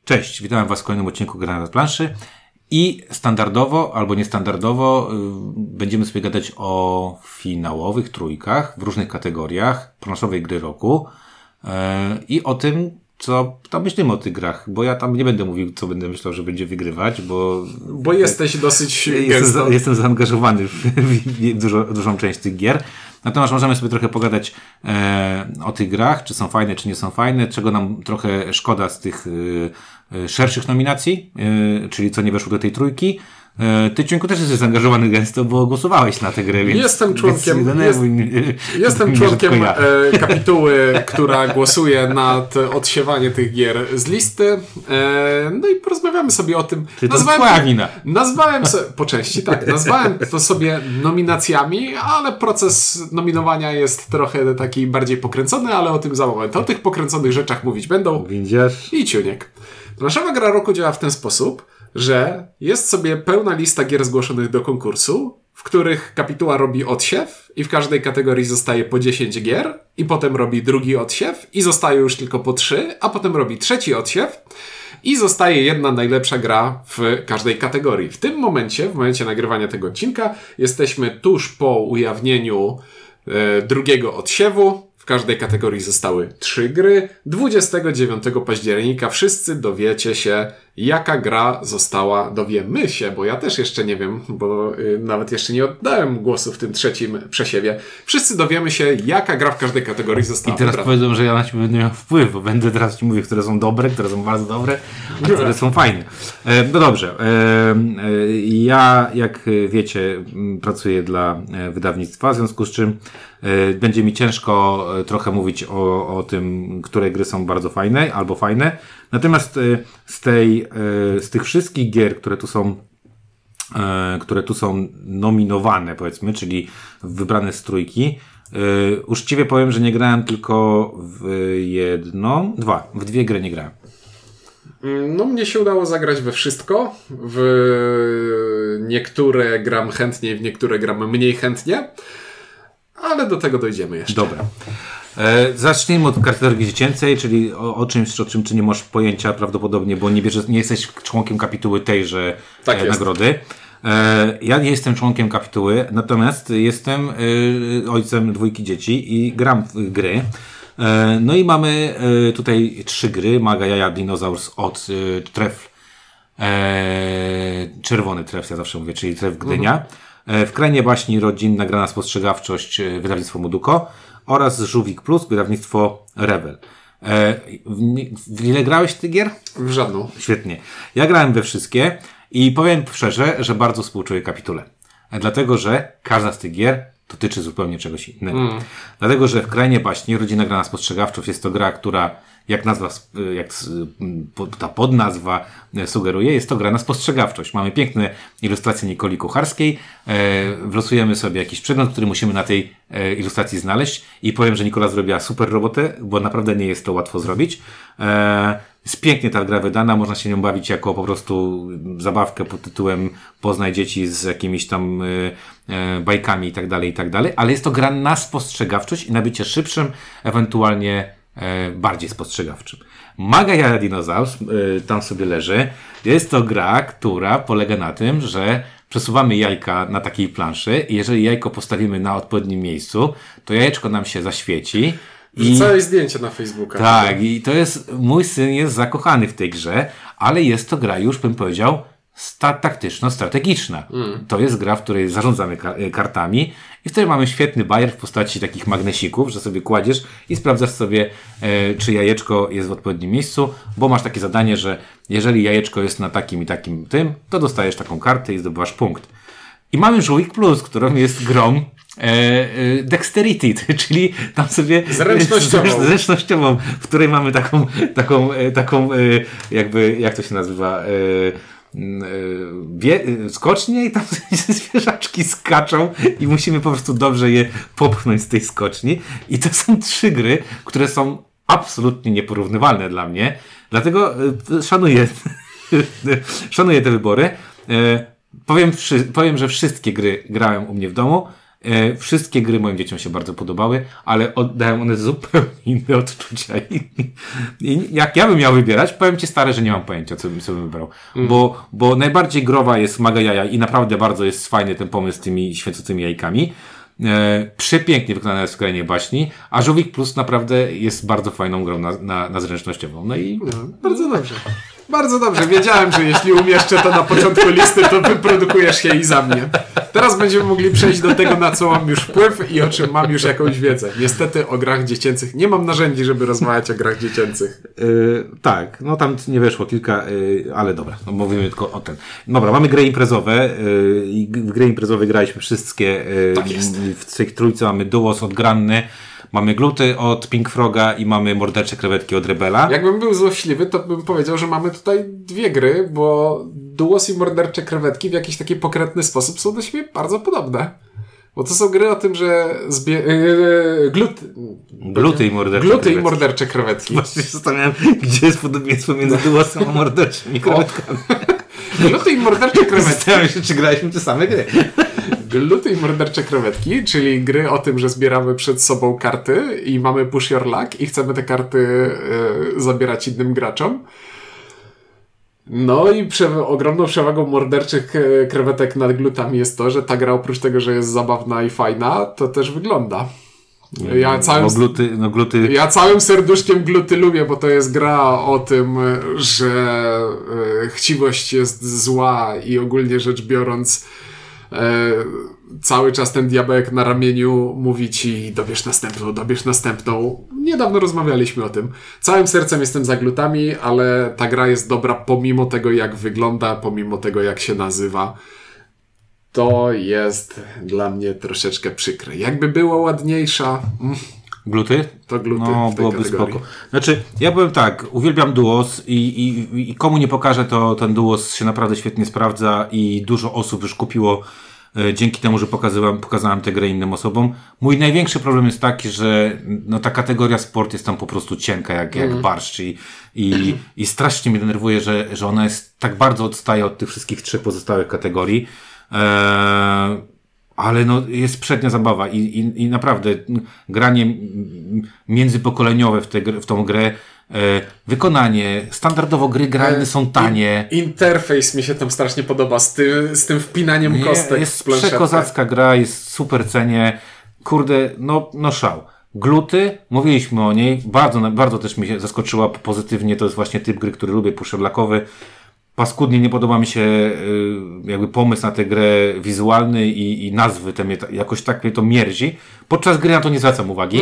Cześć, witam Was w kolejnym odcinku Grania na planszy i standardowo albo niestandardowo będziemy sobie gadać o finałowych trójkach w różnych kategoriach planszowej gry roku i o tym, co tam myślimy o tych grach, bo ja tam nie będę mówił, co będę myślał, że będzie wygrywać, bo jesteś dosyć jestem zaangażowany w dużą część tych gier. Natomiast możemy sobie trochę pogadać o tych grach, czy są fajne, czy nie są fajne, czego nam trochę szkoda z tych szerszych nominacji, czyli co nie weszło do tej trójki. Ty, Ciuńku, też jesteś zaangażowany gęsto, bo głosowałeś na tę grę, więc... Jestem członkiem kapituły, która głosuje nad odsiewaniem tych gier z listy. No i porozmawiamy sobie o tym. Czyli to jest twoja wina. Nazwałem sobie, po części tak, nazwałem to sobie nominacjami, ale proces nominowania jest trochę taki bardziej pokręcony, ale o tym za moment. O tych pokręconych rzeczach mówić będą Widzisz? I Ciuniek. Planszowa gra roku działa w ten sposób, że jest sobie pełna lista gier zgłoszonych do konkursu, w których kapituła robi odsiew i w każdej kategorii zostaje po 10 gier i potem robi drugi odsiew i zostaje już tylko po 3, a potem robi trzeci odsiew i zostaje jedna najlepsza gra w każdej kategorii. W tym momencie, w momencie nagrywania tego odcinka, jesteśmy tuż po ujawnieniu drugiego odsiewu. W każdej kategorii zostały 3 gry. 29 października wszyscy dowiecie się, jaka gra została, dowiemy się, bo ja też jeszcze nie wiem, bo nawet jeszcze nie oddałem głosu w tym trzecim przesiewie. Wszyscy dowiemy się, jaka gra w każdej kategorii została I teraz powiedzą, że ja na ciebie będę miał wpływ, bo będę teraz ci mówił, które są dobre, które są bardzo dobre, a które są fajne. No dobrze. Ja, jak wiecie, pracuję dla wydawnictwa, w związku z czym będzie mi ciężko trochę mówić o tym, które gry są bardzo fajne albo fajne. Natomiast z tych wszystkich gier, które tu są nominowane, powiedzmy, czyli wybrane z trójki, uczciwie powiem, że nie grałem tylko w dwie gry nie grałem. No, mnie się udało zagrać we wszystko. W niektóre gram chętniej, w niektóre gram mniej chętnie. Ale do tego dojdziemy jeszcze. Dobra. Zacznijmy od kategorii dziecięcej, czyli o czymś, o czym ty nie masz pojęcia prawdopodobnie, bo nie jesteś członkiem kapituły tejże nagrody. Ja nie jestem członkiem kapituły, natomiast jestem ojcem 2 dzieci i gram w gry. No i mamy tutaj 3 gry. Maga Jaja Dinosaurs od Tref. Czerwony Tref, ja zawsze mówię, czyli Tref Gdynia. W Krainie Baśni Rodzinna gra na spostrzegawczość, wydawnictwo Moduko oraz Żółwik Plus, wydawnictwo Rebel. W ile grałeś w tych gier? W żadną. Świetnie. Ja grałem we wszystkie i powiem szczerze, że bardzo współczuję kapitule. Dlatego, że każda z tych gier dotyczy zupełnie czegoś innego. Dlatego, że w Krainie Baśni Rodzinna gra na spostrzegawczość jest to gra, która jak ta podnazwa sugeruje, jest to gra na spostrzegawczość. Mamy piękne ilustracje Nikoli Kucharskiej, wlosujemy sobie jakiś przedmiot, który musimy na tej ilustracji znaleźć i powiem, że Nikola zrobiła super robotę, bo naprawdę nie jest to łatwo zrobić. Jest pięknie ta gra wydana, można się nią bawić jako po prostu zabawkę pod tytułem Poznaj dzieci z jakimiś tam bajkami i tak dalej, ale jest to gra na spostrzegawczość i na bycie szybszym, ewentualnie bardziej spostrzegawczym. Maga Jaja Dinosaurs tam sobie leży. Jest to gra, która polega na tym, że przesuwamy jajka na takiej planszy i jeżeli jajko postawimy na odpowiednim miejscu, to jajeczko nam się zaświeci. Wrzucałeś zdjęcie na Facebooka. Tak, i to jest, mój syn jest zakochany w tej grze, ale jest to gra już, bym powiedział, taktyczno-strategiczna. To jest gra, w której zarządzamy kartami i w której mamy świetny bajer w postaci takich magnesików, że sobie kładziesz i sprawdzasz sobie, czy jajeczko jest w odpowiednim miejscu, bo masz takie zadanie, że jeżeli jajeczko jest na takim i takim tym, to dostajesz taką kartę i zdobywasz punkt. I mamy Żółwik Plus, którą jest grą Dexterity, czyli tam sobie zręcznościową, w której mamy taką jakby, jak to się nazywa, skocznie i tam zwierzaczki skaczą i musimy po prostu dobrze je popchnąć z tej skoczni. I to są 3 gry, które są absolutnie nieporównywalne dla mnie. Dlatego szanuję te wybory. Powiem, że wszystkie gry grałem u mnie w domu. Wszystkie gry moim dzieciom się bardzo podobały, ale oddają one zupełnie inne odczucia. I jak ja bym miał wybierać, powiem ci stary, że nie mam pojęcia, co bym sobie wybrał. Bo najbardziej growa jest Maga Jaja i naprawdę bardzo jest fajny ten pomysł z tymi świecącymi jajkami. Przepięknie wykonana jest w Krainie Baśni, a Żółwik Plus naprawdę jest bardzo fajną grą na zręcznościową. No i bardzo dobrze. Bardzo dobrze. Wiedziałem, że jeśli umieszczę to na początku listy, to wyprodukujesz się i za mnie. Teraz będziemy mogli przejść do tego, na co mam już wpływ i o czym mam już jakąś wiedzę. Niestety o grach dziecięcych nie mam narzędzi, żeby rozmawiać o grach dziecięcych. Tak, no tam nie weszło kilka, ale dobra, no mówimy tylko o tym. Dobra, mamy gry imprezowe i w gry imprezowe graliśmy wszystkie. Tak jest. W tej trójce mamy Duos od Granny, mamy Gluty od Pink Froga i mamy Mordercze Krewetki od Rebela. Jakbym był złośliwy, to bym powiedział, że mamy tutaj dwie gry, bo Duos i Mordercze Krewetki w jakiś taki pokrętny sposób są do siebie bardzo podobne. Bo to są gry o tym, że Gluty i Mordercze Krewetki. Właśnie się zastanawiam, gdzie jest podobieństwo między Duosem a Morderczymi Krewetkami. Gluty i Mordercze Krewetki. Zastanawiam się, czy graliśmy te same gry. Gluty i Mordercze Krewetki, czyli gry o tym, że zbieramy przed sobą karty i mamy push your luck i chcemy te karty zabierać innym graczom. No i ogromną przewagą Morderczych Krewetek nad Glutami jest to, że ta gra oprócz tego, że jest zabawna i fajna, to też wygląda. Ja całym serduszkiem Gluty lubię, bo to jest gra o tym, że chciwość jest zła i ogólnie rzecz biorąc cały czas ten diabełek na ramieniu mówi ci dobierz następną. Niedawno rozmawialiśmy o tym. Całym sercem jestem za Glutami, ale ta gra jest dobra pomimo tego, jak wygląda, pomimo tego, jak się nazywa. To jest dla mnie troszeczkę przykre. Jakby była ładniejsza... Gluty? To Gluty no, w tej byłoby kategorii. spoko. Znaczy, ja powiem tak, uwielbiam Duos i komu nie pokażę, to ten Duos się naprawdę świetnie sprawdza i dużo osób już kupiło dzięki temu, że pokazałem tę grę innym osobom. Mój największy problem jest taki, że no, ta kategoria sport jest tam po prostu cienka jak barszcz i strasznie mnie denerwuje, że ona jest tak bardzo odstaje od tych wszystkich trzech pozostałych kategorii. Ale no, jest przednia zabawa i naprawdę granie międzypokoleniowe w tą grę, wykonanie, standardowo gry grane są tanie. Interfejs mi się tam strasznie podoba z tym wpinaniem kostek. Jest przekozacka gra, jest super cenie. Kurde, no szał. Gluty, mówiliśmy o niej, bardzo też mi się zaskoczyła pozytywnie, to jest właśnie typ gry, który lubię, pusherlackowy. Paskudnie nie podoba mi się jakby pomysł na tę grę wizualny i nazwy, jakoś tak mnie to mierzi. Podczas gry na to nie zwracam uwagi,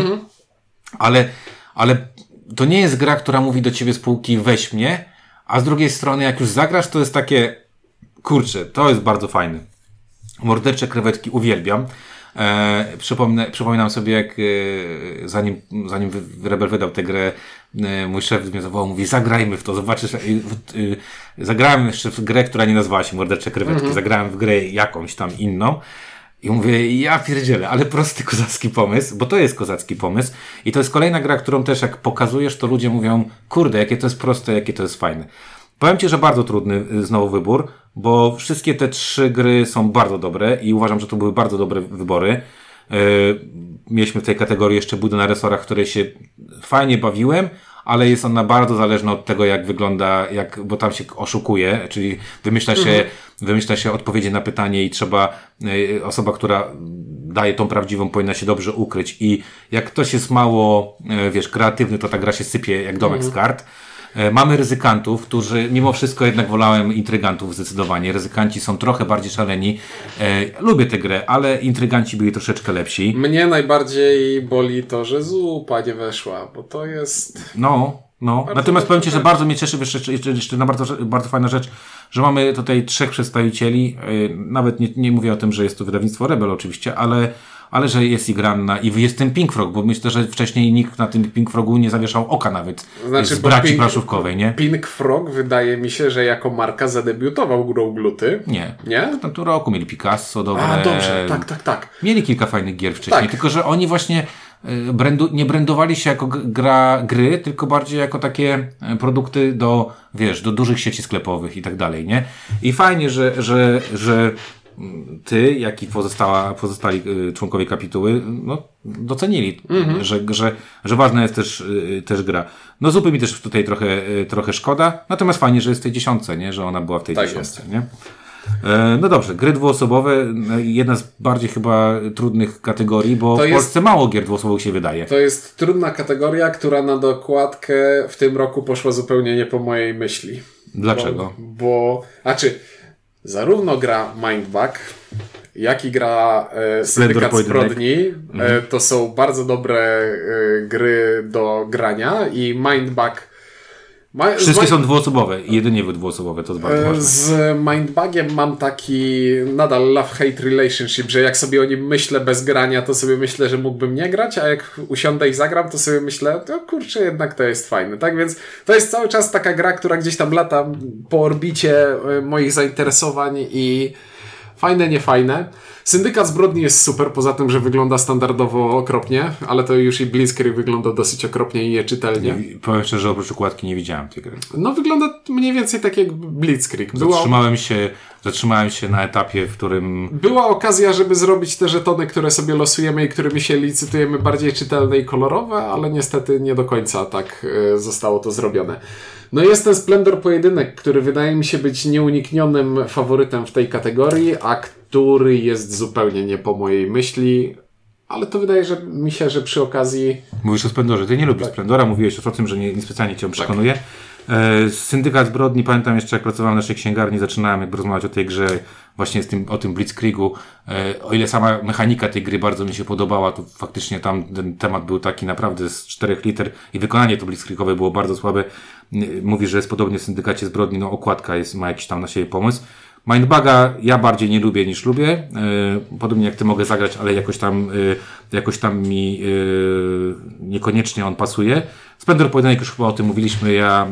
ale to nie jest gra, która mówi do ciebie z półki weź mnie, a z drugiej strony jak już zagrasz, to jest takie kurczę, to jest bardzo fajne. Mordercze Krewetki uwielbiam. Przypominam sobie, jak zanim Rebel wydał tę grę, mój szef mnie zawołał, mówi, zagrajmy w to, zobaczysz. Zagrałem jeszcze w grę, która nie nazywała się Mordercze Krewetki, zagrałem w grę jakąś tam inną i mówię, ja pierdzielę, ale prosty kozacki pomysł, bo to jest kozacki pomysł i to jest kolejna gra, którą też jak pokazujesz, to ludzie mówią, kurde, jakie to jest proste, jakie to jest fajne. Powiem ci, że bardzo trudny znowu wybór, bo wszystkie te trzy gry są bardzo dobre i uważam, że to były bardzo dobre wybory. Mieliśmy w tej kategorii jeszcze Budę na resorach, w której się fajnie bawiłem, ale jest ona bardzo zależna od tego, jak wygląda, bo tam się oszukuje, czyli wymyśla się odpowiedzi na pytanie i trzeba, osoba, która daje tą prawdziwą, powinna się dobrze ukryć i jak ktoś jest mało, kreatywny, to ta gra się sypie jak domek z kart. Mamy ryzykantów, którzy mimo wszystko jednak wolałem intrygantów zdecydowanie. Ryzykanci są trochę bardziej szaleni. Lubię tę grę, ale intryganci byli troszeczkę lepsi. Mnie najbardziej boli to, że zupa nie weszła, bo to jest... No. Natomiast powiem ci, że bardzo mnie cieszy, jeszcze bardzo fajna rzecz, że mamy tutaj trzech przedstawicieli. Nawet nie mówię o tym, że jest to wydawnictwo Rebel oczywiście, ale że jest i Granna i jest ten Pink Frog, bo myślę, że wcześniej nikt na tym Pink Frogu nie zawieszał oka nawet z braci planszówkowej, nie? Pink Frog wydaje mi się, że jako marka zadebiutował grą Gluty. Nie? W tamtym roku mieli Picasso dobre. A, dobrze, tak. Mieli kilka fajnych gier wcześniej, tylko że oni właśnie nie brandowali się jako gry, tylko bardziej jako takie produkty do dużych sieci sklepowych i tak dalej, nie? I fajnie, że ty, jak i pozostali członkowie kapituły, no, docenili, że ważna jest też gra. No zupy mi też tutaj trochę szkoda, natomiast fajnie, że jest w tej 10, nie? Że ona była w tej 10, nie? No dobrze, gry dwuosobowe, jedna z bardziej chyba trudnych kategorii, bo w Polsce mało gier dwuosobowych się wydaje. To jest trudna kategoria, która na dokładkę w tym roku poszła zupełnie nie po mojej myśli. Dlaczego? Zarówno gra Mindbug, jak i gra Syndykat Zbrodni, to są bardzo dobre gry do grania i Mindbug wszystkie są dwuosobowe, jedynie dwuosobowe, to jest bardzo ważne. Z Mindbugiem mam taki nadal love-hate relationship, że jak sobie o nim myślę bez grania, to sobie myślę, że mógłbym nie grać, a jak usiądę i zagram, to sobie myślę, to kurczę, jednak to jest fajne. Tak więc to jest cały czas taka gra, która gdzieś tam lata po orbicie moich zainteresowań i fajne, niefajne. Syndykat Zbrodni jest super, poza tym, że wygląda standardowo okropnie, ale to już i Blitzkrieg wygląda dosyć okropnie i nieczytelnie. Powiem szczerze, że oprócz okładki nie widziałem tej gry. No wygląda mniej więcej tak jak Blitzkrieg. Zatrzymałem się na etapie, w którym... Była okazja, żeby zrobić te żetony, które sobie losujemy i którymi się licytujemy, bardziej czytelne i kolorowe, ale niestety nie do końca tak zostało to zrobione. No jest ten Splendor Pojedynek, który wydaje mi się być nieuniknionym faworytem w tej kategorii, a który jest zupełnie nie po mojej myśli, ale to wydaje mi się, że przy okazji... Mówisz o Splendorze. Ty nie lubisz Splendora, mówiłeś o tym, że niespecjalnie cię przekonuje. Syndykat Zbrodni, pamiętam jeszcze jak pracowałem w naszej księgarni, zaczynałem jakby rozmawiać o tej grze, właśnie o tym Blitzkriegu. O ile sama mechanika tej gry bardzo mi się podobała, to faktycznie tam ten temat był taki naprawdę z 4 liter i wykonanie to Blitzkriegowe było bardzo słabe. Mówi, że jest podobnie w Syndykacie Zbrodni, no okładka ma jakiś tam na siebie pomysł. Mindbuga ja bardziej nie lubię niż lubię. Podobnie jak ty mogę zagrać, ale jakoś tam mi niekoniecznie on pasuje. Splendor Pojedynek, już chyba o tym mówiliśmy,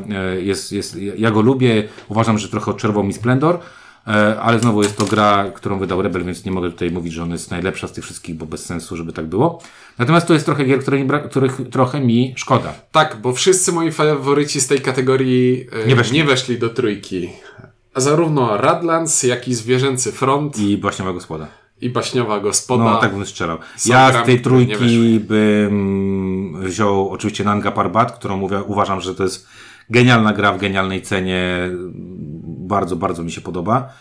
ja go lubię. Uważam, że trochę odczerwał mi Splendor, ale znowu jest to gra, którą wydał Rebel, więc nie mogę tutaj mówić, że ona jest najlepsza z tych wszystkich, bo bez sensu, żeby tak było. Natomiast to jest trochę gier, których trochę mi szkoda. Tak, bo wszyscy moi faworyci z tej kategorii nie weszli do trójki. Zarówno Radlands, jak i Zwierzęcy Front. I Baśniowa Gospoda. No, tak bym strzelał. Ja z tej trójki bym wziął oczywiście Nanga Parbat, którą uważam, że to jest genialna gra w genialnej cenie. Bardzo, bardzo mi się podoba.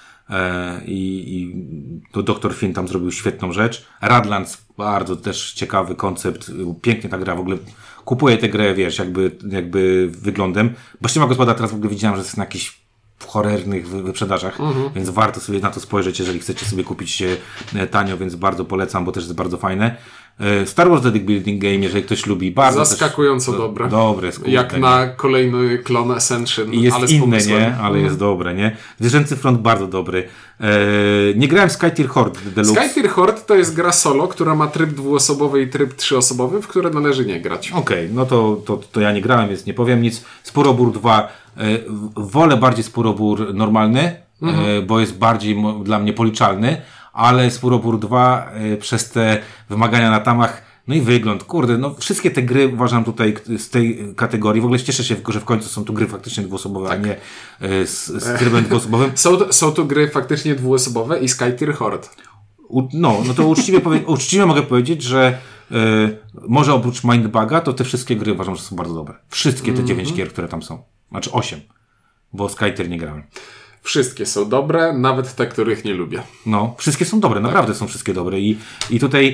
I to Dr. Finn tam zrobił świetną rzecz. Radlands, bardzo też ciekawy koncept. Pięknie ta gra w ogóle. Kupuję tę grę, wiesz, jakby wyglądem. Baśniowa Gospoda teraz w ogóle widziałem, że jest na jakichś horrornych wyprzedażach, więc warto sobie na to spojrzeć, jeżeli chcecie sobie kupić tanio, więc bardzo polecam, bo też jest bardzo fajne. Star Wars The Deck Building Game, jeżeli ktoś lubi, bardzo zaskakująco dobre. Dobre jest, jak na kolejny klon Ascension. I jest ale inne, nie? Ale jest dobre, nie? Zwierzęcy Front bardzo dobry. Nie grałem Skytier Horde Deluxe. Skytier Horde to jest gra solo, która ma tryb dwuosobowy i tryb trzyosobowy, w które należy nie grać. Okej, no to ja nie grałem, więc nie powiem nic. Spurobór 2 wolę bardziej Spurobór normalny, bo jest bardziej dla mnie policzalny, ale Spurobór 2 przez te wymagania na tamach, no i wygląd, kurde, no wszystkie te gry uważam tutaj z tej kategorii, w ogóle cieszę się, że w końcu są tu gry faktycznie dwuosobowe, tak. A nie z trybem dwuosobowym. Są tu gry faktycznie dwuosobowe i Skytier Horde. No to uczciwie mogę powiedzieć, że może oprócz Mindbuga, to te wszystkie gry uważam, że są bardzo dobre. Wszystkie te 9 gier, które tam są. Znaczy 8, bo Skytier nie grałem. Wszystkie są dobre, nawet te, których nie lubię. No, wszystkie są dobre, naprawdę są wszystkie dobre. I tutaj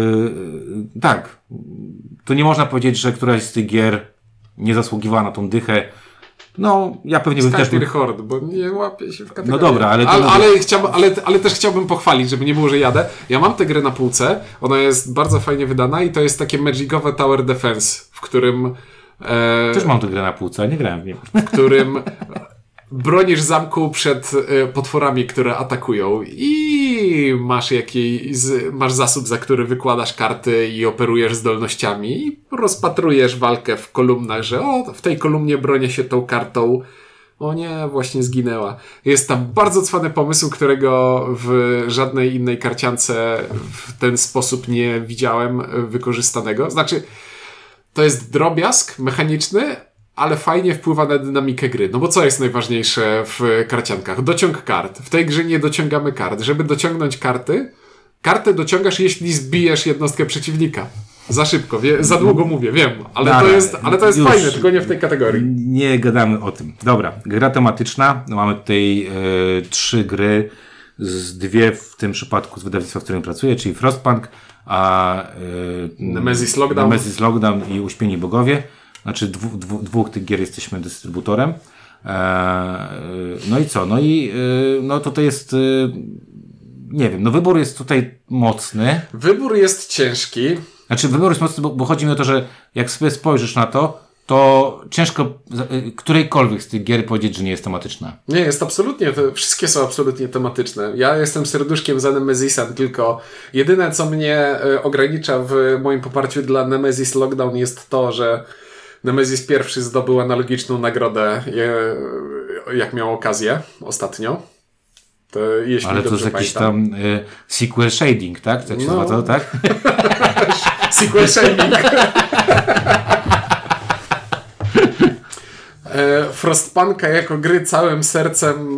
tak, to nie można powiedzieć, że któraś z tych gier nie zasługiwała na tą dychę. No, ja pewnie bym też... Skytier Horde, bo nie łapię się w kategorii. No dobra, ale też chciałbym pochwalić, żeby nie było, że jadę. Ja mam tę grę na półce, ona jest bardzo fajnie wydana i to jest takie magicowe Tower Defense, w którym... Też mam tę grę na półce, nie grałem w nim. W którym bronisz zamku przed potworami, które atakują i masz zasób, za który wykładasz karty i operujesz zdolnościami i rozpatrujesz walkę w kolumnach, że w tej kolumnie bronię się tą kartą. O nie, właśnie zginęła. Jest tam bardzo cwany pomysł, którego w żadnej innej karciance w ten sposób nie widziałem wykorzystanego. Znaczy, to jest drobiazg mechaniczny, ale fajnie wpływa na dynamikę gry. No bo co jest najważniejsze w karciankach? Dociąg kart. W tej grze nie dociągamy kart. Żeby dociągnąć kartę dociągasz, jeśli zbijesz jednostkę przeciwnika. Za szybko, za długo mówię, wiem, ale to jest fajne, tylko nie w tej kategorii. Nie gadamy o tym. Dobra, gra tematyczna. Mamy tutaj 3 gry, dwie w tym przypadku z wydawnictwa, w którym pracuję, czyli Frostpunk, a Nemesis Lockdown i Uśpieni Bogowie. Znaczy dwóch tych gier jesteśmy dystrybutorem. No i co? No to jest nie wiem, no wybór jest tutaj mocny. Wybór jest ciężki. Znaczy wybór jest mocny, bo chodzi mi o to, że jak sobie spojrzysz na to ciężko którejkolwiek z tych gier powiedzieć, że nie jest tematyczna. Nie, jest absolutnie, wszystkie są absolutnie tematyczne. Ja jestem serduszkiem za Nemesisem, tylko jedyne, co mnie ogranicza w moim poparciu dla Nemesis Lockdown jest to, że Nemesis pierwszy zdobył analogiczną nagrodę, jak miał okazję ostatnio. To, ale to jest jakiś tam sequel shading, tak? Tak się nazywa, tak? Sequel shading. Frostpunka jako gry całym sercem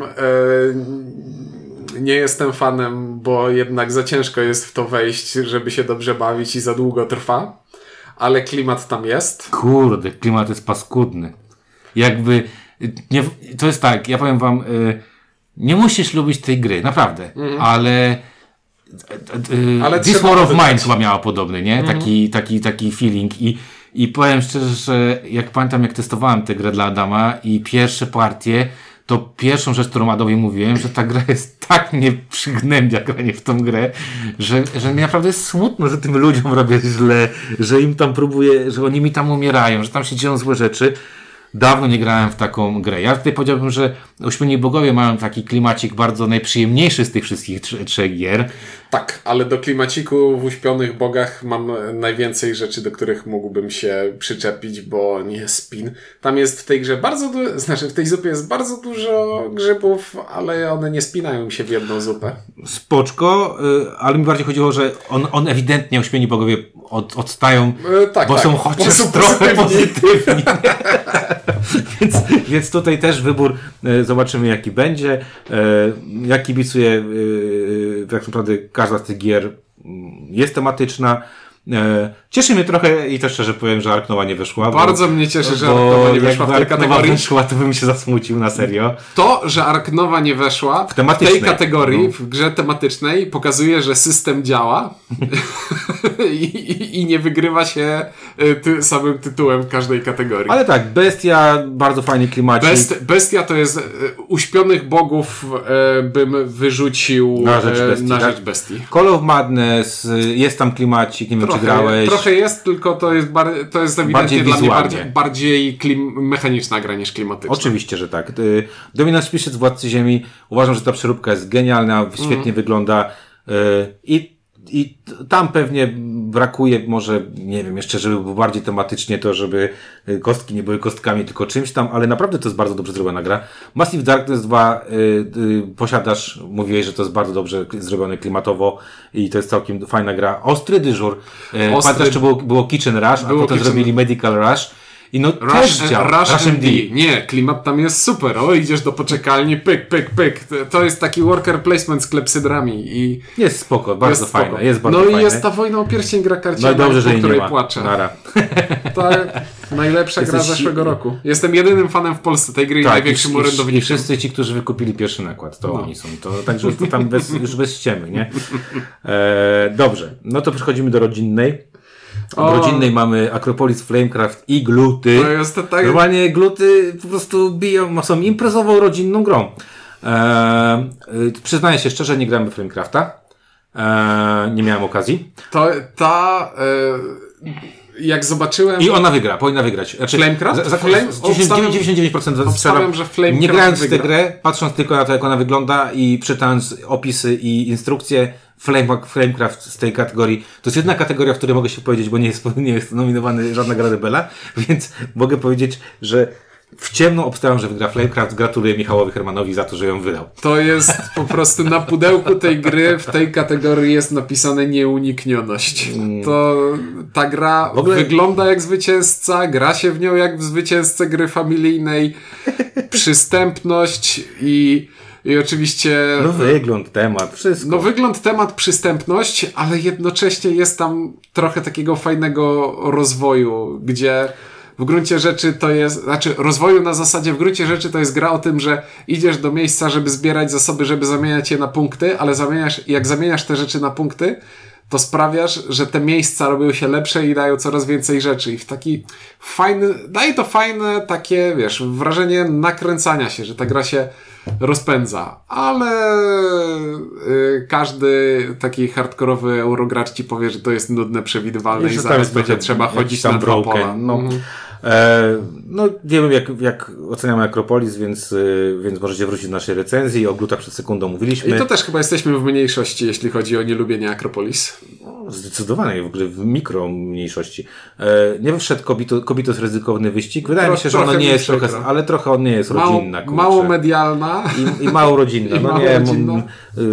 nie jestem fanem, bo jednak za ciężko jest w to wejść, żeby się dobrze bawić i za długo trwa. Ale klimat tam jest. Kurde, klimat jest paskudny. Jakby, to jest tak, ja powiem wam, nie musisz lubić tej gry, naprawdę, ale This War of Mine chyba miała podobny, nie? Taki feeling i powiem szczerze, że jak pamiętam, jak testowałem tę grę dla Adama i pierwsze partie, to pierwszą rzecz, którą Adowi mówiłem, że ta gra jest tak mnie przygnębia granie w tą grę, że mi naprawdę jest smutno, że tym ludziom robię źle, że im tam próbuję, że oni mi tam umierają, że tam się dzieją złe rzeczy. Dawno nie grałem w taką grę. Ja tutaj powiedziałbym, że Uśpieni Bogowie mają taki klimacik bardzo najprzyjemniejszy z tych wszystkich trzech gier. Tak, ale do klimaciku w Uśpionych Bogach mam najwięcej rzeczy, do których mógłbym się przyczepić, bo nie jest spin. Tam jest w tej grze w tej zupie jest bardzo dużo grzybów, ale one nie spinają się w jedną zupę. Spoczko, ale mi bardziej chodziło, że on ewidentnie Uśpieni Bogowie odstają, bo są chociaż trochę pozytywni. Więc tutaj też wybór, zobaczymy jaki będzie. Ja kibicuję, tak naprawdę każda z tych gier jest tematyczna. Cieszy mnie trochę i też szczerze powiem, że Arknowa nie wyszła. Bardzo mnie cieszy, że Arknowa nie weszła w tej kategorii. Wyszła, to bym się zasmucił na serio. To, że Arknowa nie weszła w tej kategorii, w grze tematycznej, pokazuje, że system działa i nie wygrywa się samym tytułem każdej kategorii. Ale tak, Bestia, bardzo fajny klimacik. Bestia to jest Uśpionych Bogów bym wyrzucił na rzecz Bestii. Call of Madness, jest tam klimacik, nie wiem czy grałeś. Trochę jest, tylko to jest ewidentnie dla mnie bardziej mechaniczna gra niż klimatyczna. Oczywiście, że tak. Dominant Spirit, Władcy Ziemi. Uważam, że ta przeróbka jest genialna, świetnie wygląda i tam pewnie brakuje może, nie wiem, jeszcze żeby było bardziej tematycznie to, żeby kostki nie były kostkami, tylko czymś tam, ale naprawdę to jest bardzo dobrze zrobiona gra. Massive Darkness 2 posiadasz, mówiłeś, że to jest bardzo dobrze zrobione klimatowo i to jest całkiem fajna gra. Ostry dyżur. Pamiętasz, czy było Kitchen Rush, a potem zrobili Medical Rush. I no Rush MD. Nie, klimat tam jest super. O, idziesz do poczekalni, pyk. To jest taki worker placement z klepsydrami. Jest spoko, bardzo fajne. Jest bardzo fajne. I jest ta Wojna o Pierścień gra karciana, dobrze, po której płaczę. To najlepsza gra zeszłego roku. Jestem jedynym fanem w Polsce tej gry i największym orędownikiem. I wszyscy ci, którzy wykupili pierwszy nakład, to oni są. Także to tam już bez ściemy, nie? Dobrze, no to przechodzimy do rodzinnej. W rodzinnej mamy Akropolis, Flamecraft i Gluty. To jest tak... Normalnie Gluty po prostu biją, są imprezową, rodzinną grą. Przyznaję się szczerze, nie grałem w Flamecrafta. Nie miałem okazji. Jak zobaczyłem... I ona powinna wygrać. Znaczy, Flamecraft? 99% obstawiam, że Flamecraft nie grając w tę grę, patrząc tylko na to, jak ona wygląda i czytając opisy i instrukcje, Flamecraft z tej kategorii, to jest jedna kategoria, w której mogę się powiedzieć, bo nie jest nominowany żadna gra Rebela, więc mogę powiedzieć, że w ciemno obstawiam, że wygra Flamecraft. Gratuluję Michałowi Hermanowi za to, że ją wydał. To jest po prostu na pudełku tej gry w tej kategorii jest napisane nieuniknioność. To ta gra w ogóle wygląda jak zwycięzca, gra się w nią jak w zwycięzcę gry familijnej, przystępność i oczywiście... No wygląd, temat, wszystko. No wygląd, temat, przystępność, ale jednocześnie jest tam trochę takiego fajnego rozwoju, gdzie w gruncie rzeczy to jest, znaczy rozwoju na zasadzie w gruncie rzeczy to jest gra o tym, że idziesz do miejsca, żeby zbierać zasoby, żeby zamieniać je na punkty, ale jak zamieniasz te rzeczy na punkty, to sprawiasz, że te miejsca robią się lepsze i dają coraz więcej rzeczy. I w taki fajny, daje to fajne takie, wiesz, wrażenie nakręcania się, że ta gra się rozpędza. Ale każdy taki hardkorowy eurogracz ci powie, że to jest nudne, przewidywalne i zaraz będzie trzeba chodzić na dwa pola. No nie wiem jak oceniamy Akropolis, więc możecie wrócić do naszej recenzji. O glutach przed sekundą mówiliśmy. I to też chyba jesteśmy w mniejszości, jeśli chodzi o nielubienie Akropolis. Zdecydowanie, w ogóle w mikro mniejszości. Nie wszedł Kobitos ryzykowny wyścig. Wydaje mi się, że ona nie jest trochę, ale trochę on nie jest rodzinna. Mało medialna. I mało rodzinna. No nie, rodzinna.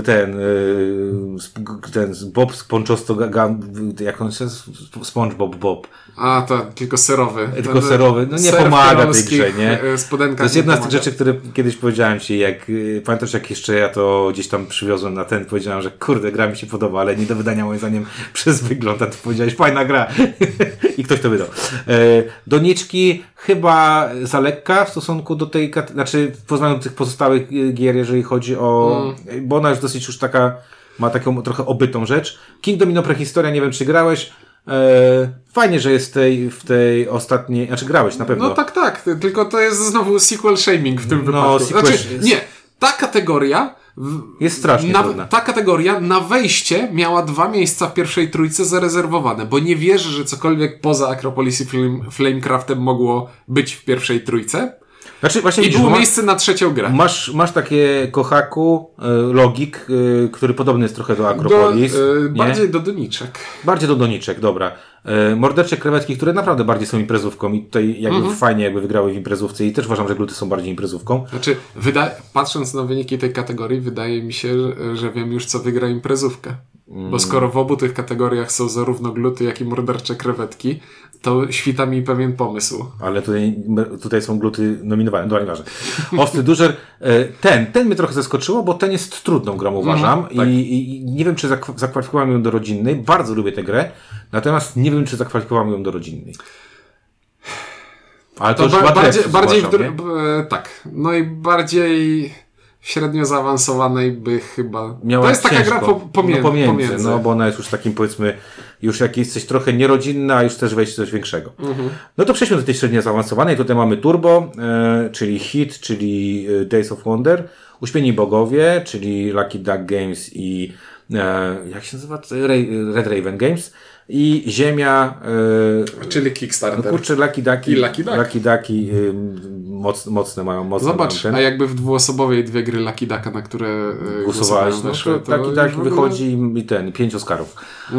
Ten Bob Sponchosto, jak on się SpongeBob Bob. A, to tylko serowy. Tylko serowy. No nie pomaga tej grze, nie? To jest jedna z tych rzeczy, które kiedyś powiedziałem ci, pamiętasz jak jeszcze ja to gdzieś tam przywiozłem na ten, powiedziałem, że kurde, gra mi się podoba, ale nie do wydania moim zdaniem przez wygląd, a ty powiedziałeś, fajna gra. I ktoś to wydał. Doniczki chyba za lekka w stosunku do tej, znaczy w porównaniu do tych pozostałych gier, jeżeli chodzi o, bo ona już dosyć już taka, ma taką trochę obytą rzecz. King Domino Prehistoria, nie wiem czy grałeś. Fajnie, że jest w tej ostatniej, znaczy grałeś na pewno. No tak, tylko to jest znowu sequel shaming w tym wypadku. Nie, ta kategoria jest strasznie trudna. Ta kategoria na wejście miała 2 miejsca w pierwszej trójce zarezerwowane, bo nie wierzę, że cokolwiek poza Acropolis i Flamecraftem mogło być w pierwszej trójce. Znaczy, właśnie I było miejsce na trzecią grę. Masz takie Kohaku, Logik, który podobny jest trochę do Acropolis. Bardziej do doniczek. Bardziej do doniczek, dobra. Mordercze krewetki, które naprawdę bardziej są imprezówką i tutaj fajnie jakby wygrały w imprezówce i też uważam, że gluty są bardziej imprezówką. Znaczy, patrząc na wyniki tej kategorii, wydaje mi się, że wiem już co wygra imprezówkę. Bo skoro w obu tych kategoriach są zarówno gluty, jak i mordercze krewetki, to świta mi pewien pomysł. Ale tutaj są gluty nominowane, no nieważne. Ostry Dużer, ten mnie trochę zaskoczyło, bo ten jest trudną grą, uważam. Tak. I nie wiem, czy zakwalifikowałem ją do rodzinnej. Bardzo lubię tę grę, natomiast nie wiem, czy zakwalifikowałem ją do rodzinnej. Ale to już bardziej tak. No i bardziej średnio zaawansowanej by chyba... Miała to jest taka gra pomiędzy. No bo ona jest już takim, powiedzmy, już jak jesteś trochę nierodzinna, a już też wejść coś większego. No to przejdźmy do tej średnio zaawansowanej. Tutaj mamy Turbo, czyli Hit, czyli Days of Wonder, Uśpieni Bogowie, czyli Lucky Duck Games i jak się nazywa? Red Raven Games. I Ziemia... czyli Kickstarter. No kurczę, Lucky Ducky. I Lucky Duck. Lucky Ducky mocne mają. Zobacz, a jakby w dwuosobowej 2 gry Lucky Ducka, na które głosowałeś, no to Lucky Duck wychodzi i 5 Oscarów.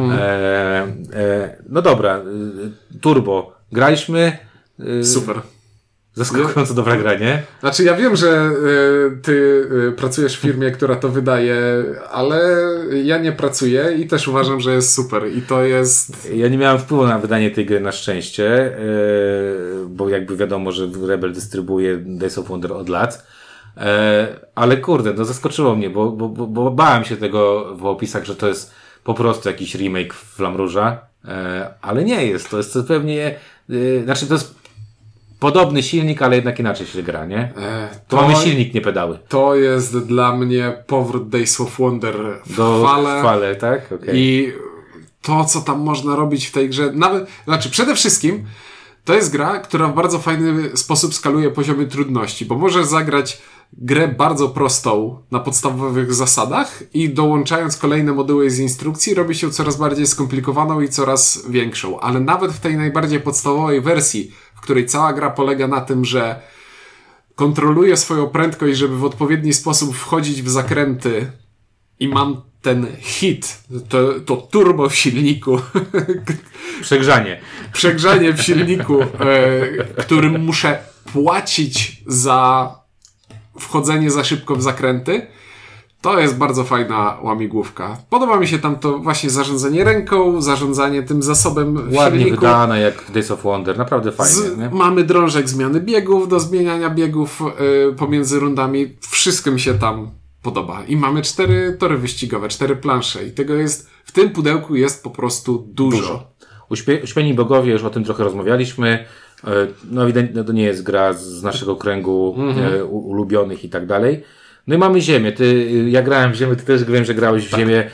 No dobra, Turbo. Graliśmy. Super. Zaskakująco dobra gra, nie? Znaczy ja wiem, że ty pracujesz w firmie, która to wydaje, ale ja nie pracuję i też uważam, że jest super i to jest... Ja nie miałem wpływu na wydanie tej gry na szczęście, bo jakby wiadomo, że Rebel dystrybuuje Days of Wonder od lat, ale kurde, no zaskoczyło mnie, bo bałem się tego w opisach, że to jest po prostu jakiś remake Flamrouge'a, ale nie jest, to jest zupełnie, znaczy to jest podobny silnik, ale jednak inaczej się gra, nie? To mamy silnik, nie pedały. To jest dla mnie powrót Days of Wonder w chwale, tak? Okay. I to, co tam można robić w tej grze, przede wszystkim to jest gra, która w bardzo fajny sposób skaluje poziomy trudności, bo możesz zagrać grę bardzo prostą na podstawowych zasadach i dołączając kolejne moduły z instrukcji robi się coraz bardziej skomplikowaną i coraz większą. Ale nawet w tej najbardziej podstawowej wersji, w której cała gra polega na tym, że kontroluję swoją prędkość, żeby w odpowiedni sposób wchodzić w zakręty i mam ten hit, to turbo w silniku. Przegrzanie w silniku, którym muszę płacić za wchodzenie za szybko w zakręty. To jest bardzo fajna łamigłówka. Podoba mi się tam to właśnie zarządzanie ręką, zarządzanie tym zasobem w Ładnie silniku. wydane, jak Days of Wonder. Naprawdę fajnie. Nie? Mamy drążek zmiany biegów do zmieniania biegów pomiędzy rundami. Wszystko mi się tam podoba. I mamy 4 tory wyścigowe, 4 plansze. I tego jest, w tym pudełku jest po prostu dużo. Uśpieni bogowie, już o tym trochę rozmawialiśmy. No ewidentnie to nie jest gra z naszego kręgu ulubionych i tak dalej. No i mamy Ziemię. Ja grałem w Ziemię, ty też wiem, że grałeś w Ziemię.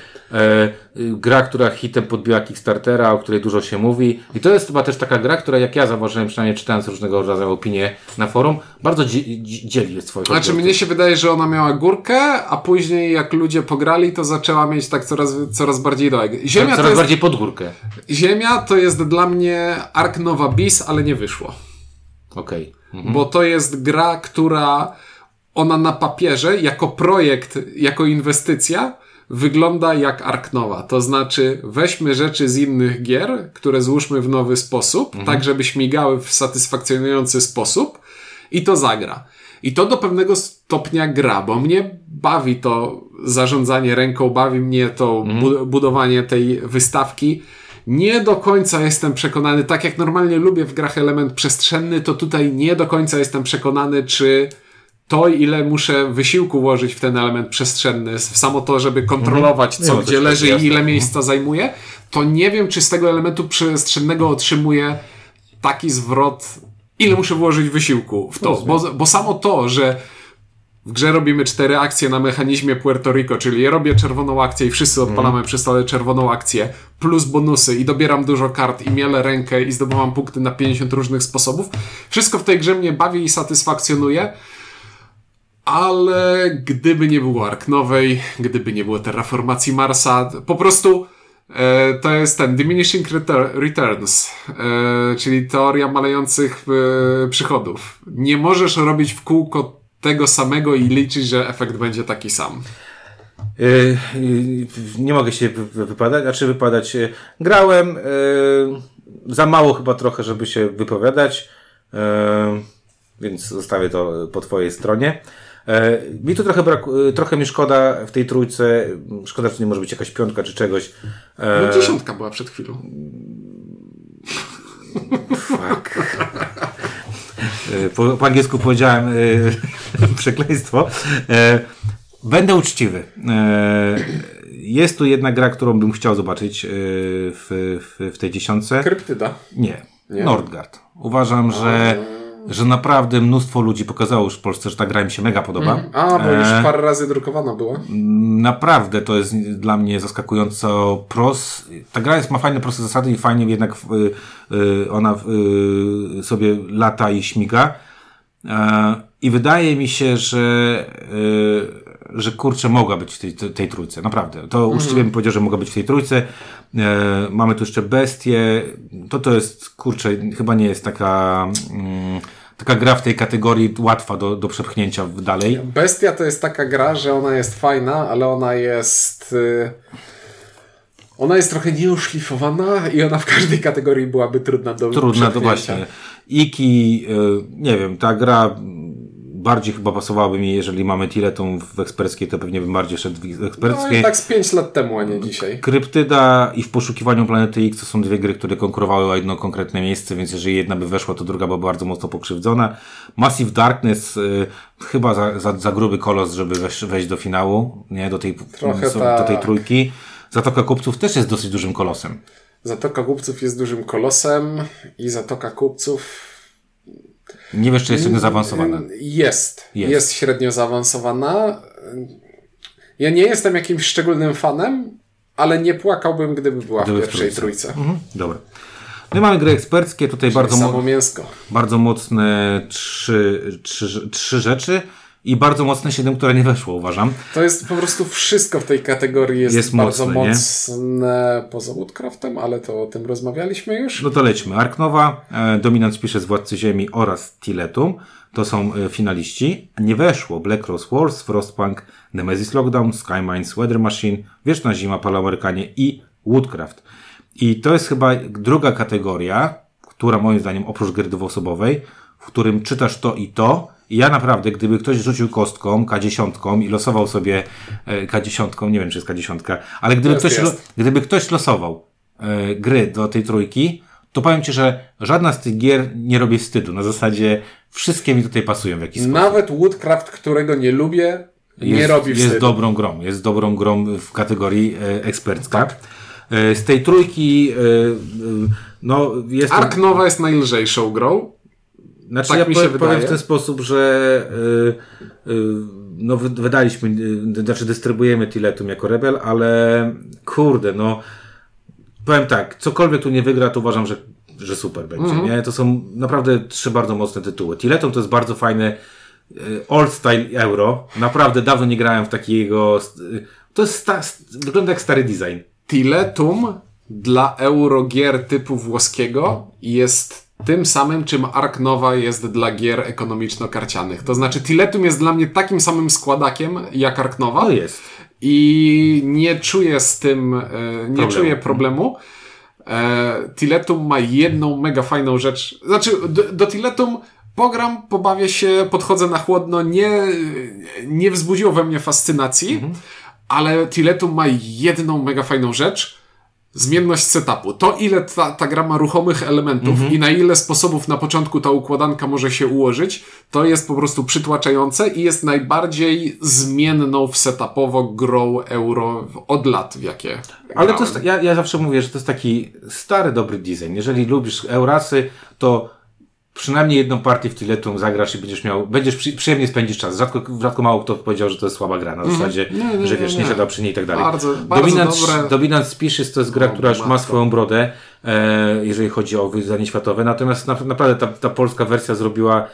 Gra, która hitem podbiła Kickstartera, o której dużo się mówi. I to jest chyba też taka gra, która jak ja zauważyłem, przynajmniej czytając różnego rodzaju opinie na forum, bardzo dzieli swoich Znaczy mnie się wydaje, że ona miała górkę, a później jak ludzie pograli, to zaczęła mieć tak coraz bardziej dołek. Coraz bardziej pod górkę. Ziemia to jest dla mnie Ark Nova Bis, ale nie wyszło. Okej. Bo to jest gra, która ona na papierze, jako projekt, jako inwestycja, wygląda jak Ark Nova. To znaczy, weźmy rzeczy z innych gier, które złóżmy w nowy sposób, tak żeby śmigały w satysfakcjonujący sposób i to zagra. I to do pewnego stopnia gra, bo mnie bawi to zarządzanie ręką, bawi mnie to budowanie tej wystawki. Nie do końca jestem przekonany, tak jak normalnie lubię w grach element przestrzenny, to tutaj nie do końca jestem przekonany, czy to, ile muszę wysiłku włożyć w ten element przestrzenny, w samo to, żeby kontrolować, co gdzie leży i ile miejsca zajmuje, to nie wiem, czy z tego elementu przestrzennego otrzymuję taki zwrot, ile muszę włożyć wysiłku w to. Bo samo to, że w grze robimy 4 akcje na mechanizmie Puerto Rico, czyli ja robię czerwoną akcję i wszyscy odpalamy przy stole czerwoną akcję, plus bonusy i dobieram dużo kart i mielę rękę i zdobywam punkty na 50 różnych sposobów. Wszystko w tej grze mnie bawi i satysfakcjonuje. Ale gdyby nie było Ark Nowej, gdyby nie było terraformacji Marsa, po prostu to jest ten diminishing returns, czyli teoria malejących przychodów. Nie możesz robić w kółko tego samego i liczyć, że efekt będzie taki sam. Nie mogę się wypadać. Grałem za mało chyba trochę, żeby się wypowiadać, więc zostawię to po twojej stronie. Mi tu trochę mi szkoda w tej trójce. Szkoda, że nie może być jakaś 5 czy czegoś. No 10 była przed chwilą. Fuck. Po angielsku powiedziałem przekleństwo. Będę uczciwy. Jest tu jedna gra, którą bym chciał zobaczyć w tej 10. Kryptyda. Nie. Nordgard. Uważam, że naprawdę mnóstwo ludzi pokazało już w Polsce, że ta gra im się mega podoba. Bo już parę razy drukowana była. Naprawdę to jest dla mnie zaskakująco ta gra ma fajne, proste zasady i fajnie jednak ona sobie lata i śmiga. I wydaje mi się, że kurczę, mogła być w tej trójce. Naprawdę. To uczciwie bym powiedział, że mogła być w tej trójce. Mamy tu jeszcze Bestię. To jest, kurczę, chyba nie jest taka gra w tej kategorii łatwa do przepchnięcia dalej. Bestia to jest taka gra, że ona jest fajna, ale ona jest trochę nieuszlifowana i ona w każdej kategorii byłaby trudna do właśnie. Iki, nie wiem, ta gra bardziej chyba pasowałaby mi, jeżeli mamy Tileton w eksperckiej, to pewnie bym bardziej szedł w eksperckiej. No i tak z 5 lat temu, a nie dzisiaj. Kryptyda i W poszukiwaniu planety X to są 2 gry, które konkurowały o jedno konkretne miejsce, więc jeżeli jedna by weszła, to druga była bardzo mocno pokrzywdzona. Massive Darkness chyba za gruby kolos, żeby wejść do finału, nie? Do tej trójki. Zatoka Kupców też jest dosyć dużym kolosem. Zatoka Kupców jest dużym kolosem i Zatoka Kupców nie wiesz, czy jest średnio zaawansowana. Jest średnio zaawansowana. Ja nie jestem jakimś szczególnym fanem, ale nie płakałbym, gdyby była w pierwszej trójce. Dobra. No i mamy gry eksperckie, tutaj bardzo mocne 3 rzeczy i bardzo mocne 7, które nie weszło, uważam. To jest po prostu wszystko w tej kategorii jest bardzo mocne poza Woodcraftem, ale to o tym rozmawialiśmy już. No to lećmy. Ark Nova, Dominant pisze z Władcy Ziemi oraz Tiletum. To są finaliści. Nie weszło Black Rose Wars, Frostpunk, Nemesis Lockdown, Skymines, Weather Machine, Wieczna Zima, Palamerykanie i Woodcraft. I to jest chyba druga kategoria, która moim zdaniem oprócz gry dwuosobowej w którym czytasz to i to. I ja naprawdę, gdyby ktoś rzucił kostką K10 i losował sobie K10, nie wiem czy jest K10, ale gdyby ktoś losował gry do tej trójki, to powiem Ci, że żadna z tych gier nie robi wstydu. Na zasadzie wszystkie mi tutaj pasują w jakiś sposób. Nawet Woodcraft, którego nie lubię, nie robi wstydu. Jest dobrą grą w kategorii ekspercka. Tak. Z tej trójki no jest... Ark Nova jest najlżejszą grą. Znaczy tak ja mi się wydaje. powiem w ten sposób, że no wydaliśmy, dystrybuujemy Tiletum jako Rebel, ale kurde, no powiem tak, cokolwiek tu nie wygra, to uważam, że super będzie. Nie? To są naprawdę 3 bardzo mocne tytuły. Tiletum to jest bardzo fajne old style euro. Naprawdę dawno nie grałem w takiego... To jest wygląda jak stary design. Tiletum dla eurogier typu włoskiego jest tym samym, czym Ark Nova jest dla gier ekonomiczno-karcianych. To znaczy Tiletum jest dla mnie takim samym składakiem jak Ark Nova. To jest. I nie czuję z tym, czuję problemu. Tiletum ma jedną mega fajną rzecz. Znaczy, do Tiletum pogram, pobawię się, podchodzę na chłodno, nie wzbudziło we mnie fascynacji, ale Tiletum ma jedną mega fajną rzecz. Zmienność setupu. To ile ta gra ma ruchomych elementów i na ile sposobów na początku ta układanka może się ułożyć, to jest po prostu przytłaczające i jest najbardziej zmienną setupowo grą euro od lat, w jakie ale to jest, ja zawsze mówię, że to jest taki stary, dobry design. Jeżeli lubisz Eurasy, to przynajmniej jedną partię w Tiletum zagrasz i będziesz przyjemnie spędzisz czas. Rzadko mało kto powiedział, że to jest słaba gra. Na zasadzie, że wiesz, nie siadał przy niej i tak dalej. Dominant Species to jest gra, która już ma swoją brodę, jeżeli chodzi o wydanie światowe. Natomiast naprawdę ta polska wersja zrobiła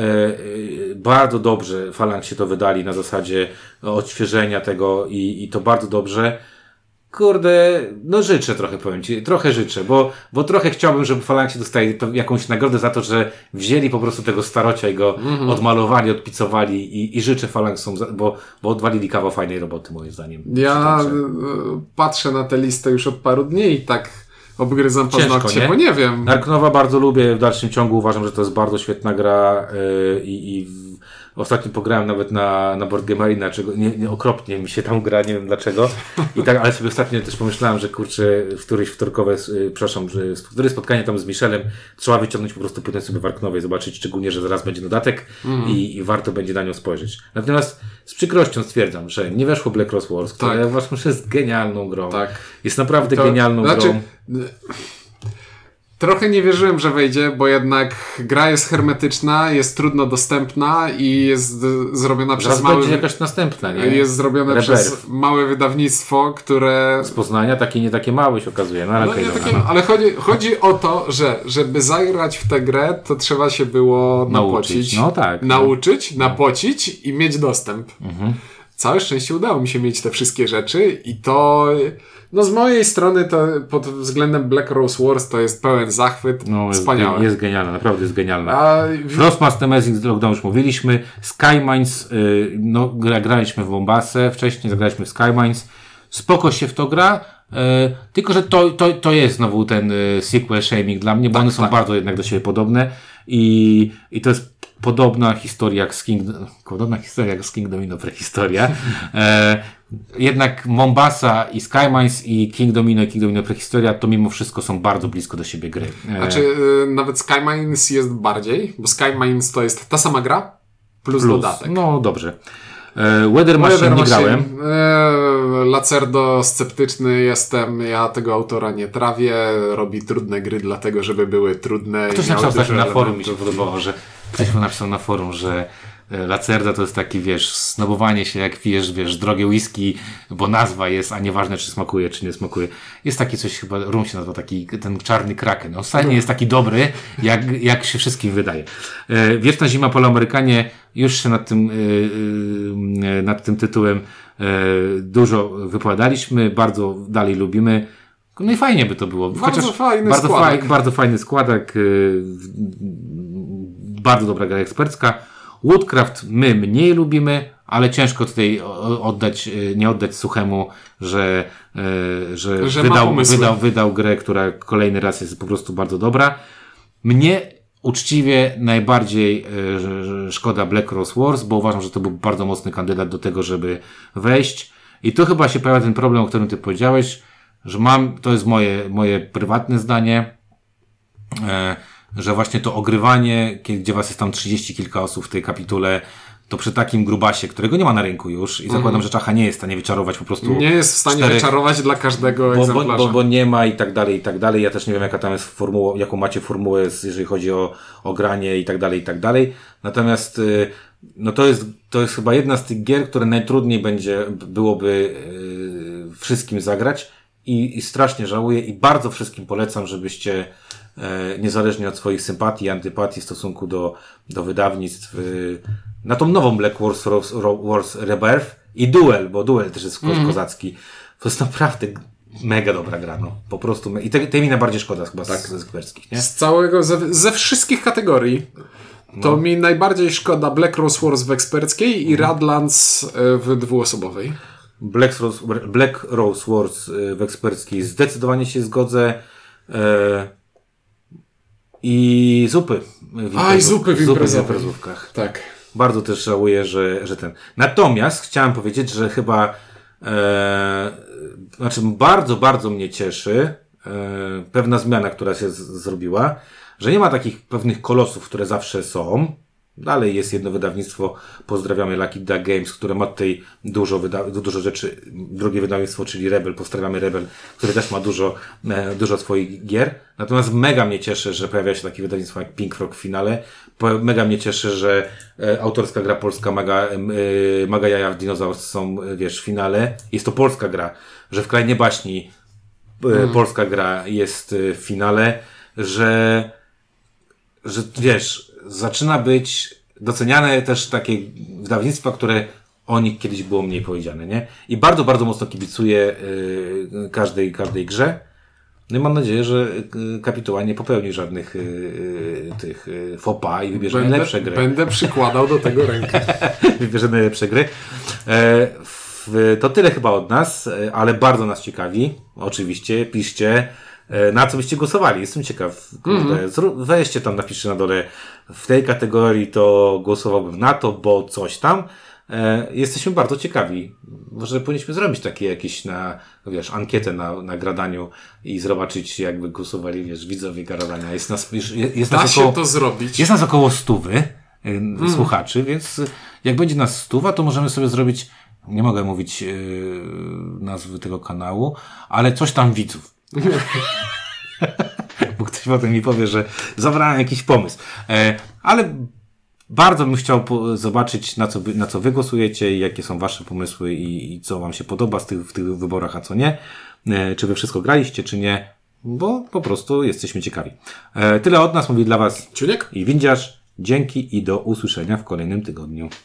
bardzo dobrze. Phalanx to wydali na zasadzie odświeżenia tego i to bardzo dobrze. Kurde, no życzę trochę, powiem Ci, trochę życzę, bo trochę chciałbym, żeby Phalanxi dostali jakąś nagrodę za to, że wzięli po prostu tego starocia i go odmalowali, odpicowali i życzę Phalanxom, bo odwalili kawał fajnej roboty, moim zdaniem. Ja patrzę na tę listę już od paru dni i tak obgryzam paznokcie, bo nie wiem. Ark Nova bardzo lubię, w dalszym ciągu uważam, że to jest bardzo świetna gra ostatnio pograłem nawet na Board Game Arena, nie okropnie mi się tam gra, nie wiem dlaczego. I tak, ale sobie ostatnio też pomyślałem, że kurczę, w któreś spotkanie tam z Michelem trzeba wyciągnąć po prostu płytę sobie w Ark Nowej, zobaczyć, szczególnie, że zaraz będzie dodatek i warto będzie na nią spojrzeć. Natomiast z przykrością stwierdzam, że nie weszło Black Cross Wars, która ja uważam, że jest genialną grą. Tak. Jest naprawdę genialną grą. Trochę nie wierzyłem, że wejdzie, bo jednak gra jest hermetyczna, jest trudno dostępna i jest zrobiona przez będzie jakaś następna, nie? Jest zrobione przez małe wydawnictwo, które... Z Poznania, nie takie małe się okazuje. Ale chodzi o to, że żeby zagrać w tę grę, to trzeba się było napocić. Napocić i mieć dostęp. Całe szczęście udało mi się mieć te wszystkie rzeczy i to... No z mojej strony to pod względem Black Rose Wars to jest pełen zachwyt. Wspaniałe. Jest genialna, naprawdę jest genialna. Frostmaster Amazing Lockdown już mówiliśmy. Skymines, graliśmy w Mombasę, wcześniej zagraliśmy w Skymines. Spoko się w to gra, tylko że to jest znowu ten sequel shaming dla mnie, bo one są bardzo jednak do siebie podobne i to jest podobna historia jak z King Domino Prehistoria. Jednak Mombasa i Skymines i King Domino Prehistoria to mimo wszystko są bardzo blisko do siebie gry. Znaczy nawet Skymines jest bardziej, bo Skymines to jest ta sama gra plus dodatek. No dobrze. Weather Machine nie grałem. Lacerdo sceptyczny jestem, ja tego autora nie trawię, robi trudne gry dlatego, żeby były trudne. Ktoś napisał na forum, mi się podobało, że ktoś napisał na forum, że Lacerda to jest taki, snobowanie się, jak pijesz, drogie whisky, bo nazwa jest, a nieważne, czy smakuje, czy nie smakuje. Jest taki coś, chyba rum się nazywa, ten czarny kraken. On wcale nie jest taki dobry, jak się wszystkim wydaje. Wieczna zima Poloamerykanie, już się nad tym tytułem dużo wypowiadaliśmy, bardzo dalej lubimy. No i fajnie by to było. Bardzo fajny składak, bardzo dobra gra ekspercka. Woodcraft my mniej lubimy, ale ciężko tutaj nie oddać Suchemu, że wydał grę, która kolejny raz jest po prostu bardzo dobra. Mnie uczciwie najbardziej szkoda Black Rose Wars, bo uważam, że to był bardzo mocny kandydat do tego, żeby wejść. I tu chyba się pojawia ten problem, o którym ty powiedziałeś, że to jest moje prywatne zdanie, że właśnie to ogrywanie, gdzie was jest tam 30 kilka osób w tej kapitule, to przy takim grubasie, którego nie ma na rynku już i zakładam, że Czacha nie jest w stanie wyczarować po prostu... Nie jest w stanie wyczarować dla każdego egzemplarza. Bo nie ma i tak dalej, i tak dalej. Ja też nie wiem, jaka tam jest formuła, jaką macie formułę, jeżeli chodzi o granie i tak dalej, i tak dalej. Natomiast no to jest chyba jedna z tych gier, które najtrudniej byłoby wszystkim zagrać i strasznie żałuję i bardzo wszystkim polecam, żebyście niezależnie od swoich sympatii i antypatii w stosunku do wydawnictw na tą nową Black Wars Rebirth i Duel, bo Duel też jest kozacki. To jest naprawdę mega dobra gra, no. Po prostu. I tej mi najbardziej szkoda chyba z eksperckich, nie? Ze wszystkich kategorii to mi najbardziej szkoda Black Rose Wars w eksperckiej i Radlands w dwuosobowej. Black Rose Wars w eksperckiej zdecydowanie się zgodzę. I zupy zupy w imprezówkach. Tak. Bardzo też żałuję, że ten. Natomiast chciałem powiedzieć, że chyba bardzo, bardzo mnie cieszy pewna zmiana, która się zrobiła, że nie ma takich pewnych kolosów, które zawsze są. Dalej jest jedno wydawnictwo, pozdrawiamy Lucky Duck Games, które ma tutaj dużo rzeczy, drugie wydawnictwo, czyli Rebel, pozdrawiamy Rebel, które też ma dużo swoich gier. Natomiast mega mnie cieszy, że pojawia się takie wydawnictwo jak Pink Frog w finale. Mega mnie cieszy, że autorska gra polska Maga Jaja w Dinozaurs są, w finale. Jest to polska gra, że w Krainie Baśni polska gra jest w finale, że zaczyna być doceniane też takie wydawnictwa, które o nich kiedyś było mniej powiedziane, nie? I bardzo, bardzo mocno kibicuję każdej grze. No i mam nadzieję, że kapituła nie popełni żadnych tych faux pas i wybierze najlepsze gry. Będę przykładał do tego rękę. Wybierze najlepsze gry. To tyle chyba od nas, ale bardzo nas ciekawi. Oczywiście, piszcie, na co byście głosowali. Jestem ciekaw. Weźcie tam, napiszcie na dole, w tej kategorii to głosowałbym na to, bo coś tam. Jesteśmy bardzo ciekawi. Może powinniśmy zrobić takie jakieś ankietę na Gradaniu i zobaczyć, jakby głosowali, widzowie Gradania. To zrobić. Jest nas około 100 słuchaczy, więc jak będzie nas 100, to możemy sobie zrobić, nie mogę mówić nazwy tego kanału, ale coś tam widzów. Bo ktoś potem mi powie, że zabrałem jakiś pomysł. Ale bardzo bym chciał zobaczyć, na co wy głosujecie i jakie są wasze pomysły i co wam się podoba w tych wyborach, a co nie. Czy wy wszystko graliście, czy nie. Bo po prostu jesteśmy ciekawi. Tyle od nas, mówi dla was Ciuniek i Windziarz. Dzięki i do usłyszenia w kolejnym tygodniu.